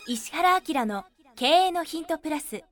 石原明の経営のヒントプラス。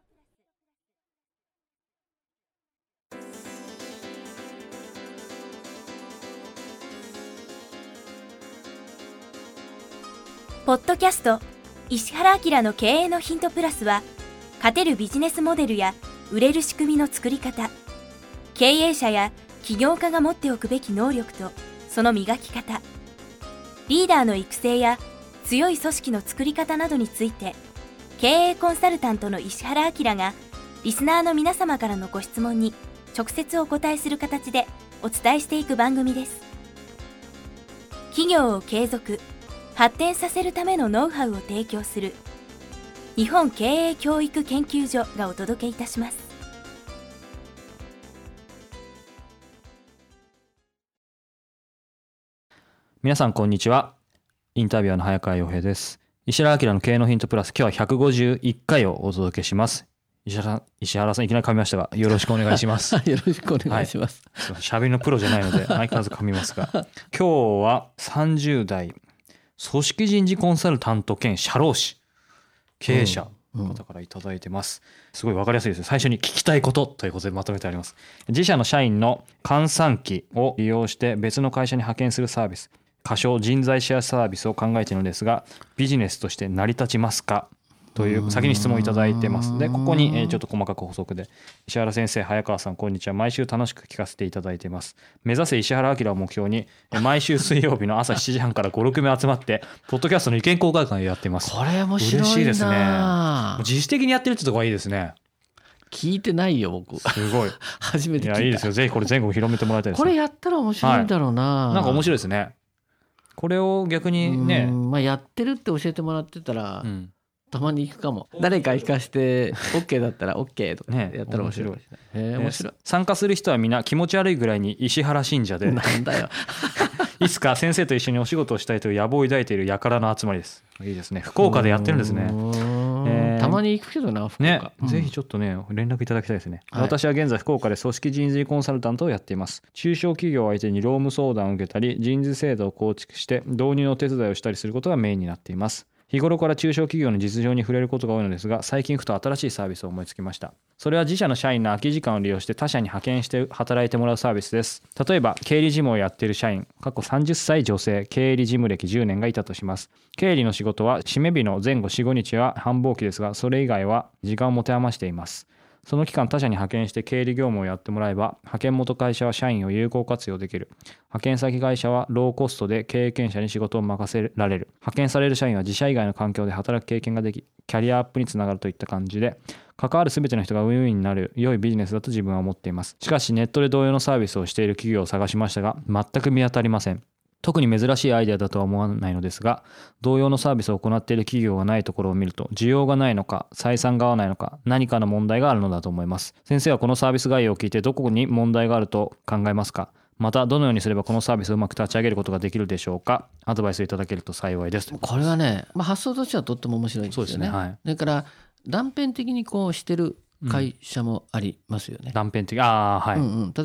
ポッドキャスト石原明の経営のヒントプラスは、勝てるビジネスモデルや売れる仕組みの作り方、経営者や起業家が持っておくべき能力とその磨き方、リーダーの育成や強い組織の作り方などについて、経営コンサルタントの石原明がリスナーの皆様からのご質問に直接お答えする形でお伝えしていく番組です。企業を継続発展させるためのノウハウを提供する日本経営教育研究所がお届けいたします。 皆さんこんにちは。インタビュアーの早川洋平です。石原明の経営のヒントプラス、今日は151回をお届けします。石原さんいきなり噛みましたが、よろしくお願いしますよろしくお願いします。 喋りのプロじゃないので相変わらず噛みますが、今日は30代組織人事コンサルタント兼社労士経営者の方からいただいてます。すごい分かりやすいですね。最初に聞きたいことということでまとめてあります。自社の社員の換算期を利用して別の会社に派遣するサービス、仮称人材シェアサービスを考えているのですが、ビジネスとして成り立ちますかという先に質問をいただいてます。でここにちょっと細かく補足で、石原先生、早川さんこんにちは。毎週楽しく聞かせていただいています。目指せ石原明を目標に毎週水曜日の朝7時半から5、6名集まってポッドキャストの意見交換会をやっています。 これ面白いな。 嬉しいですね。自主的にやってるってとこがいいですね。 聞いてないよ僕。 すごい初めて聞いた。 いやいいですよ。ぜひこれ全国広めてもらいたいですね。 これやったら面白いんだろうな、 なんか面白いですね。これを逆にね、 やってるって教えてもらってたら、たまに行くかも。誰か行かして OK だったら OK とかやったら面白い。面白い。 参加する人はみんな気持ち悪いぐらいに石原信者で、 なんだよいつか先生と一緒にお仕事をしたいという野望を抱いている輩の集まりです。いいですね。福岡でやってるんですね。 たまに行くけどな福岡、 ぜひちょっとね連絡いただきたいですね。私は現在福岡で組織人事コンサルタントをやっています。中小企業を相手に労務相談を受けたり、人事制度を構築して導入の手伝いをしたりすることがメインになっています。日頃から中小企業の実情に触れることが多いのですが、最近ふと新しいサービスを思いつきました。それは自社の社員の空き時間を利用して他社に派遣して働いてもらうサービスです。例えば経理事務をやっている社員、過去30歳女性、経理事務歴10年がいたとします。経理の仕事は締め日の前後 4,5 日は繁忙期ですが、それ以外は時間を持て余しています。その期間他社に派遣して経理業務をやってもらえば、派遣元会社は社員を有効活用できる。派遣先会社はローコストで経験者に仕事を任せられる。派遣される社員は自社以外の環境で働く経験ができ、キャリアアップにつながるといった感じで、関わる全ての人がウィンウィンになる良いビジネスだと自分は思っています。しかしネットで同様のサービスをしている企業を探しましたが、全く見当たりません。特に珍しいアイデアだとは思わないのですが、同様のサービスを行っている企業がないところを見ると、需要がないのか採算が合わないのか、何かの問題があるのだと思います。先生はこのサービス概要を聞いてどこに問題があると考えますか？またどのようにすればこのサービスをうまく立ち上げることができるでしょうか？アドバイスいただけると幸いです。 これはね、発想としてはとっても面白いですよね。そうですね、はい、それから断片的にこうしてる会社もありますよね。 断片的、はい。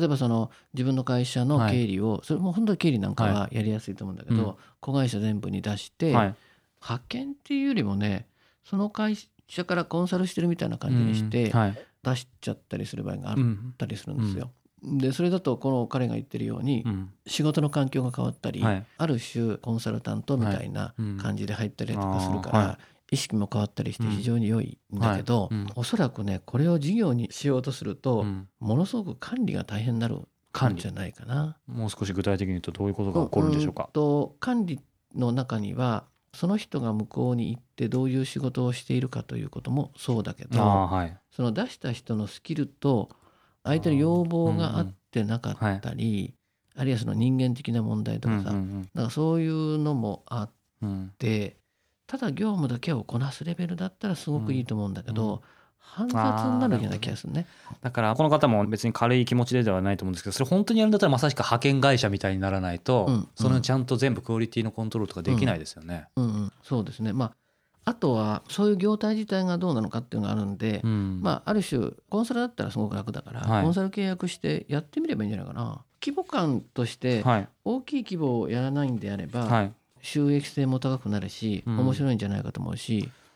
例えばその自分の会社の経理を、それも本当に経理なんかはやりやすいと思うんだけど、子会社全部に出して、派遣っていうよりもね、その会社からコンサルしてるみたいな感じにして出しちゃったりする場合があったりするんですよ。でそれだとこの彼が言ってるように、仕事の環境が変わったり、ある種コンサルタントみたいな感じで入ったりとかするから、意識も変わったりして非常に良いんだけど、おそらくねこれを事業にしようとすると、ものすごく管理が大変になるんじゃないかな。 もう少し具体的に言うとどういうことが起こるんでしょうか？ 管理の中にはその人が向こうに行ってどういう仕事をしているかということもそうだけど、その出した人のスキルと相手の要望が合ってなかったり、あるいはその人間的な問題とかさ、だからそういうのもあって、ただ業務だけをこなすレベルだったらすごくいいと思うんだけど、煩雑になるような気がするね。 だからこの方も別に軽い気持ちではないと思うんですけど、それ本当にやるんだったらまさしく派遣会社みたいにならないと、そのちゃんと全部クオリティのコントロールとかできないですよね。 そうですね。あとはそういう業態自体がどうなのかっていうのがあるんで、ある種コンサルだったらすごく楽だから、コンサル契約してやってみればいいんじゃないかな。規模感として大きい規模をやらないんであれば、収益性も高くなるし面白いんじゃないかと思うし、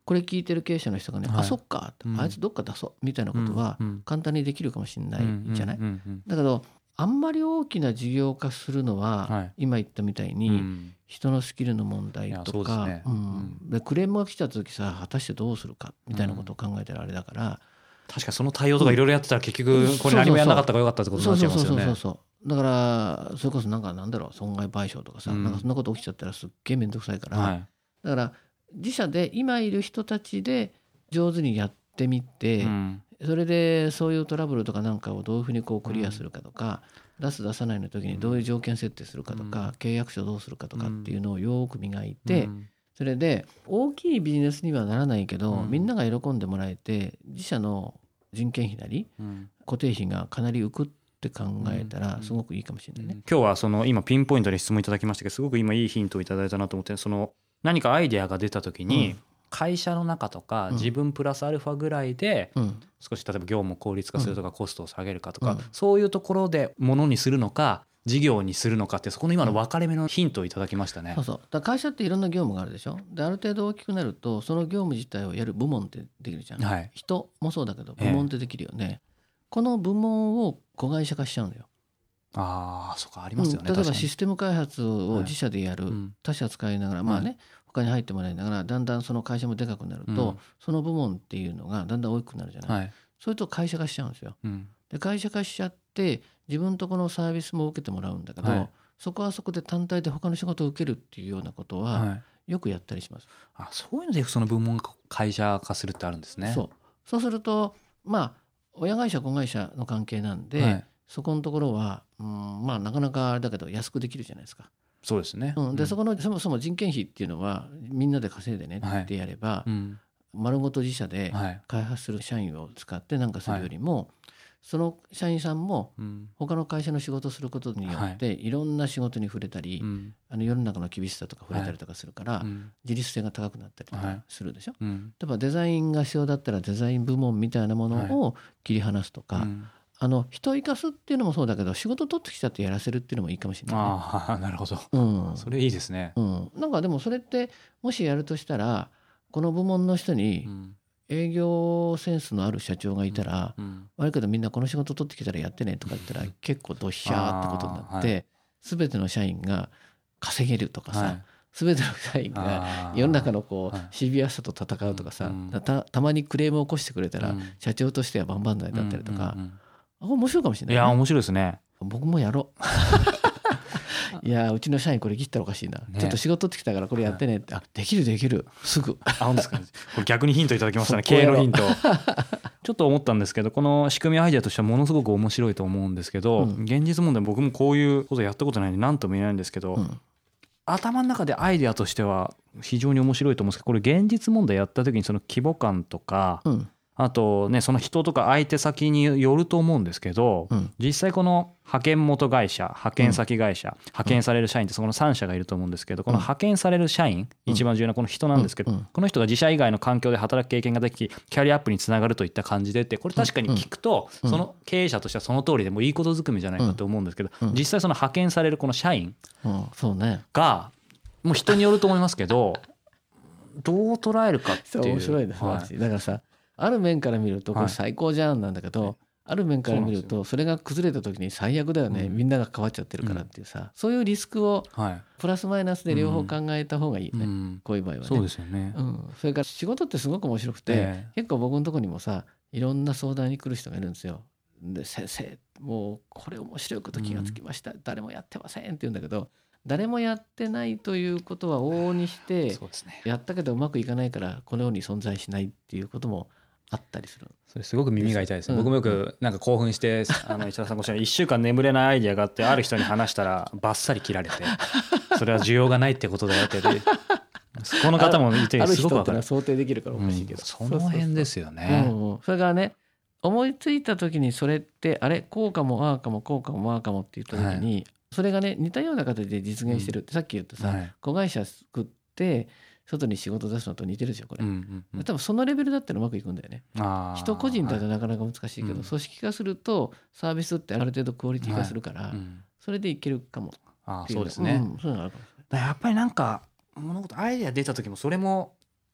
これ聞いてる経営者の人がね、あそっか、あいつどっか出そうみたいなことは簡単にできるかもしれないじゃない。だけどあんまり大きな事業化するのは、今言ったみたいに人のスキルの問題とか、でクレームが来た時さ、果たしてどうするかみたいなことを考えたらあれだから、 確かにその対応とかいろいろやってたら結局これ何もやらなかったからよかったってことになっちゃいますよね。 だからそれこそなんだろう、損害賠償とかさ、なんかそんなこと起きちゃったらすっげえ面倒くさいから、だから自社で今いる人たちで上手にやってみて、それでそういうトラブルとかなんかをどういうふうにこうクリアするかとか、出す出さないの時にどういう条件設定するかとか、契約書どうするかとかっていうのをよく磨いて、それで大きいビジネスにはならないけど、みんなが喜んでもらえて自社の人件費なり固定費がかなり浮くって考えたらすごくいいかもしれないね。 今日はその今ピンポイントで質問いただきましたけど、すごく今いいヒントをいただいたなと思って、その何かアイデアが出た時に会社の中とか自分プラスアルファぐらいで少し例えば業務を効率化するとかコストを下げるかとか、そういうところでものにするのか事業にするのかって、そこの今の分かれ目のヒントをいただきましたね。 そうそう、だから会社っていろんな業務があるでしょ。である程度大きくなるとその業務自体をやる部門ってできるじゃん、人もそうだけど部門ってできるよね、この部門を子会社化しちゃうんだよ。 そうか、ありますよね。 例えばシステム開発を自社でやる、他社使いながらまあね、他に入ってもらいながらだんだんその会社もでかくなると、その部門っていうのがだんだん大きくなるじゃない、それと会社化しちゃうんですよ、で会社化しちゃって自分とこのサービスも受けてもらうんだけど、そこはそこで単体で他の仕事を受けるっていうようなことはよくやったりします、 そういうのでその部門が会社化するってあるんですね。 そうするとまあ親会社子会社の関係なんで、そこのところは、まあなかなかあれだけど安くできるじゃないですか。 そうですね、 でそこのそもそも人件費っていうのはみんなで稼いでねってやれば、丸ごと自社で開発する社員を使ってなんかするよりも、その社員さんも他の会社の仕事をすることによっていろんな仕事に触れたり、世の中の厳しさとか触れたりとかするから、自立性が高くなったりとかするでしょ、例えばデザインが必要だったらデザイン部門みたいなものを切り離すとか、人を生かすっていうのもそうだけど仕事取ってきちゃってやらせるっていうのもいいかもしれない、 なるほど、それいいですね、 なんかでもそれってもしやるとしたらこの部門の人に営業センスのある社長がいたら、悪いけどみんなこの仕事取ってきたらやってねとか言ったら結構ドッシャーってことになって、全ての社員が稼げるとかさ、全ての社員が世の中のこうシビアさと戦うとかさ、たまにクレームを起こしてくれたら社長としては万々歳だったりとか、面白いかもしれない、 いや面白いですね。 僕もやろういやうちの社員これ切ったらおかしいな、ちょっと仕事取ってきたからこれやってねって、できるすぐ本当ですか。これ逆にヒントいただきましたね、経営のヒントちょっと思ったんですけど、この仕組みアイデアとしてはものすごく面白いと思うんですけど、現実問題僕もこういうことやったことないんで何とも言えないんですけど、頭の中でアイデアとしては非常に面白いと思うんですけど、これ現実問題やった時にその規模感とか、あとねその人とか相手先によると思うんですけど、実際この派遣元会社、派遣先会社、派遣される社員ってそこの3社がいると思うんですけど、この派遣される社員、一番重要なこの人なんですけど、この人が自社以外の環境で働く経験ができキャリアアップにつながるといった感じでって、これ確かに聞くとその経営者としてはその通りでもういいことずくめじゃないかと思うんですけど、実際その派遣されるこの社員がもう人によると思いますけど、どう捉えるかっていう。 面白いです、だからさ、ある面から見るとこれ最高じゃんなんだけど、ある面から見るとそれが崩れた時に最悪だよね、みんなが変わっちゃってるからっていうさ、そういうリスクをプラスマイナスで両方考えた方がいいよね、こういう場合はね。 そうですよね、 それから仕事ってすごく面白くて、結構僕のところにもさいろんな相談に来る人がいるんですよ。で先生もうこれ面白いこと気がつきました、誰もやってませんって言うんだけど、誰もやってないということは往々にしてやったけどうまくいかないからこの世に存在しないっていうこともあったりする。 それすごく耳が痛いですね、僕もよくなんか興奮して石田さんごし1週間眠れないアイデアがあってある人に話したらバッサリ切られてそれは需要がないってことだよってこの方もいてすごく分かる。 ある人ってのは想定できるからおかしいけど、 その辺ですよね。 それからね思いついた時にそれってあれこうかもああかもこうかもああかもって言った時に、それがね似たような形で実現してるって、さっき言ったさ、子会社作って外に仕事出すのと似てるでしょこれ、多分そのレベルだったらうまくいくんだよね。人個人だとなかなか難しいけど、組織化するとサービスってある程度クオリティ化するから、それでいけるかもっていう。 そうですね、 そういうのあるかもしれない。やっぱりなんか物事アイデア出た時もそれも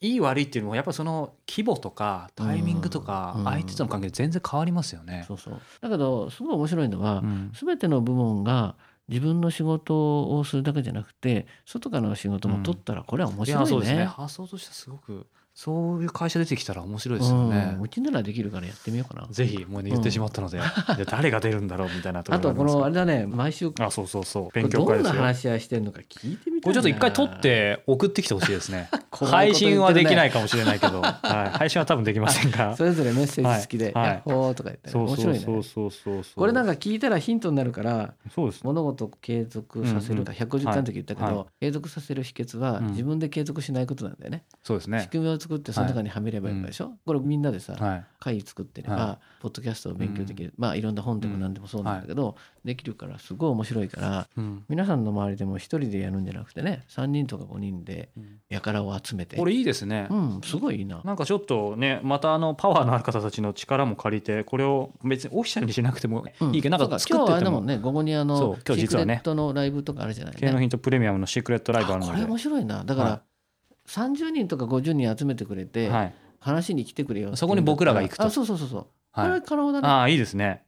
いい悪いっていうのもやっぱその規模とかタイミングとか相手との関係で全然変わりますよね。 そうそう。だけどすごい面白いのは、全ての部門が自分の仕事をするだけじゃなくて外からの仕事も取ったらこれは面白いね。 そうですね。発想としてはすごくそういう会社出てきたら面白いですよね。 うちならできるからやってみようかな。 ぜひもう、ね、言ってしまったので、じゃ誰が出るんだろうみたいなところあとこのあれだね、毎週そう勉強会ですよ。 どんな話し合いしてるのか聞いてみたいな。 これちょっと一回撮って送ってきてほしいですね。配信はできないかもしれないけど、配信は多分できませんがそれぞれメッセージ付きで、ヤッホーとか言って面白いね。これなんか聞いたらヒントになるから、物事を継続させるか150回の時言ったけど、継続させる秘訣は自分で継続しないことなんだよね。 そうですね。 仕組みを作ってその中にはめればいいでしょ。これみんなでさ、会作ってればポッドキャストを勉強できる、いろんな本でも何でもそうなんだけど、できるからすごい面白いから、皆さんの周りでも一人でやるんじゃなくてね、3人とか5人で輩を集めて、 これいいですね。 すごいいいな。 なんかちょっとね、またパワーのある方たちの力も借りて、これを別にオフィシャルにしなくてもいいけど、なんか作ってても、 今日あれだもんね、午後に今日実はね、 シークレットのライブとかあるじゃない。 経営のヒントプレミアムのシークレットライブあるので、 これ面白いな。だから30人とか50人集めてくれて、話に来てくれよ。 そこに僕らが行くと。 そう。これ可能だね。 いいですね。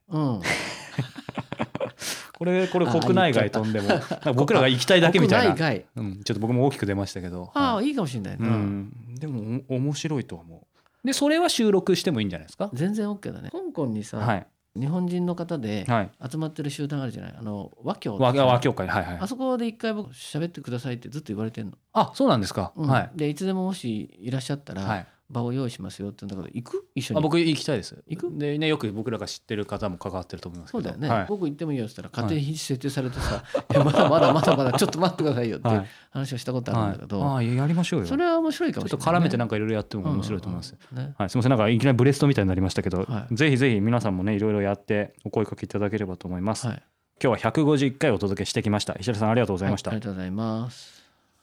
これ国内外飛んでも僕らが行きたいだけみたいな。ちょっと僕も大きく出ましたけど。 いいかもしれないな。 でも面白いと思う。でそれは収録してもいいんじゃないですか。 全然 OK だね。香港にさ、日本人の方で集まってる集団あるじゃない。和協会、 あそこで一回僕喋ってくださいってずっと言われてんの。 あ、そうなんですか。 でいつでももしいらっしゃったら、場を用意しますよって言うんだけど、行く？一緒に。 僕行きたいです。 行く？ でね、よく僕らが知ってる方も関わってると思いますけど。 そうだよね。僕行ってもいいよって言ったら勝手に設定されてさ、まだちょっと待ってくださいよって話をしたことあるんだけど、 やりましょうよ。 それは面白いかもしれない。 ちょっと絡めてなんかいろいろやっても面白いと思います。すみません、なんかいきなりブレストみたいになりましたけど、ぜひ皆さんもねいろいろやってお声かけいただければと思います。今日は151回お届けしてきました。石原さんありがとうございました。 ありがとうございます。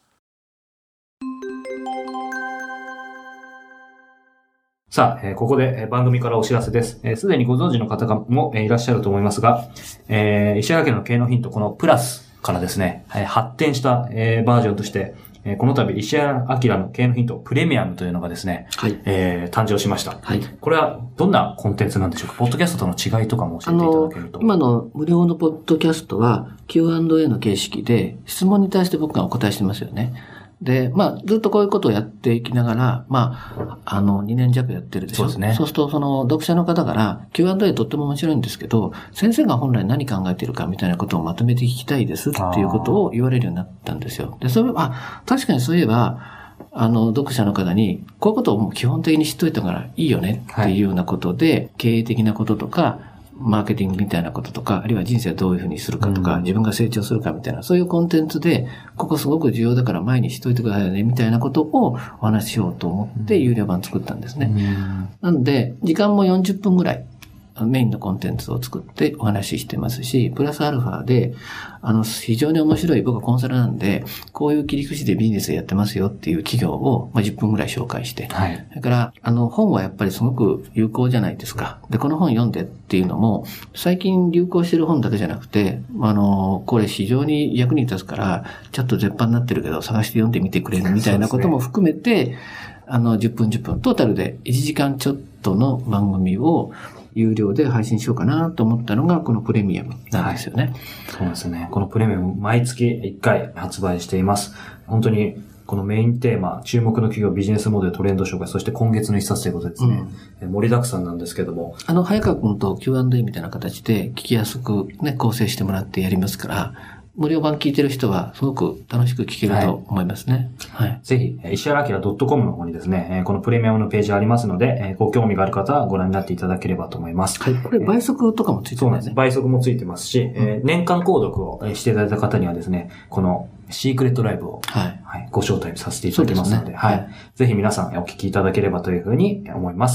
さあ、ここで番組からお知らせです。すでにご存知の方もいらっしゃると思いますが、石原家の経営のヒント、このプラスからですね、発展したバージョンとして、この度石原明の経営のヒントプレミアムというのがですね、誕生しました。これはどんなコンテンツなんでしょうか。ポッドキャストとの違いとかも教えていただけると。 今の無料のポッドキャストは Q&A の形式で質問に対して僕がお答えしてますよね。で、ずっとこういうことをやっていきながら、2年弱やってるでしょ。 そうですね。 そうすると、読者の方から Q&A とっても面白いんですけど、先生が本来何考えているかみたいなことをまとめて聞きたいですっていうことを言われるようになったんですよ。で、それは、確かにそういえば、読者の方に、こういうことをもう基本的に知っといたからいいよねっていうようなことで、経営的なこととか、マーケティングみたいなこととか、あるいは人生をどういうふうにするかとか、自分が成長するかみたいな、そういうコンテンツで、ここすごく重要だから前にしといてくださいよね、みたいなことをお話ししようと思って有料版作ったんですね。なので、時間も40分ぐらい。メインのコンテンツを作ってお話ししてますし、プラスアルファで、非常に面白い、僕はコンサルなんで、こういう切り口でビジネスやってますよっていう企業を、10分ぐらい紹介して、それから、本はやっぱりすごく有効じゃないですか。で、この本読んでっていうのも、最近流行してる本だけじゃなくて、これ非常に役に立つから、ちょっと絶版になってるけど、探して読んでみてくれるみたいなことも含めて、10分、トータルで1時間ちょっとの番組を、有料で配信しようかなと思ったのがこのプレミアムなんですよね。 そうですね。このプレミアム毎月1回発売しています。本当にこのメインテーマ、注目の企業ビジネスモデルトレンド紹介、そして今月の一冊ということでですね、盛りだくさんなんですけども。 早川君と Q&A みたいな形で聞きやすくね、構成してもらってやりますから、無料版聞いてる人はすごく楽しく聞けると思いますね。 ぜひ、石原明 .com の方にですね、このプレミアムのページありますので、ご興味がある方はご覧になっていただければと思います。 これ倍速とかもついてますね。 そうなんです。倍速もついてますし、年間購読をしていただいた方にはですね、このシークレットライブを、ご招待させていただきますので、ぜひ皆さんお聞きいただければというふうに思います。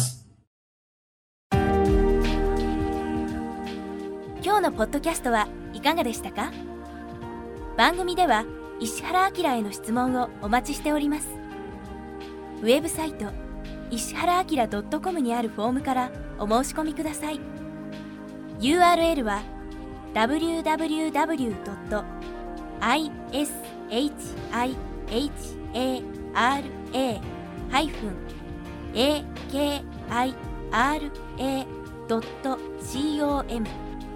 今日のポッドキャストはいかがでしたか？番組では石原明への質問をお待ちしております。ウェブサイト石原明 .com にあるフォームからお申し込みください。 URL は www.ishihara-akira.com -akira.com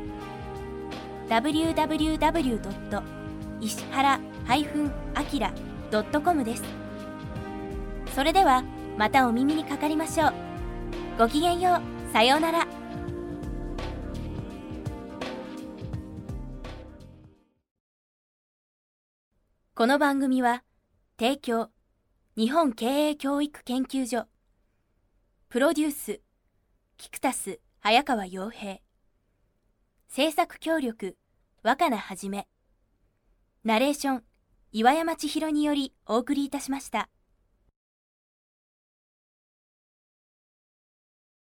www. 石原-akira.com です。それではまたお耳にかかりましょう。ごきげんよう。さようなら。この番組は提供日本経営教育研究所、プロデュースキクタス早川洋平、制作協力若菜はじめ、ナレーション岩山千尋によりお送りいたしました。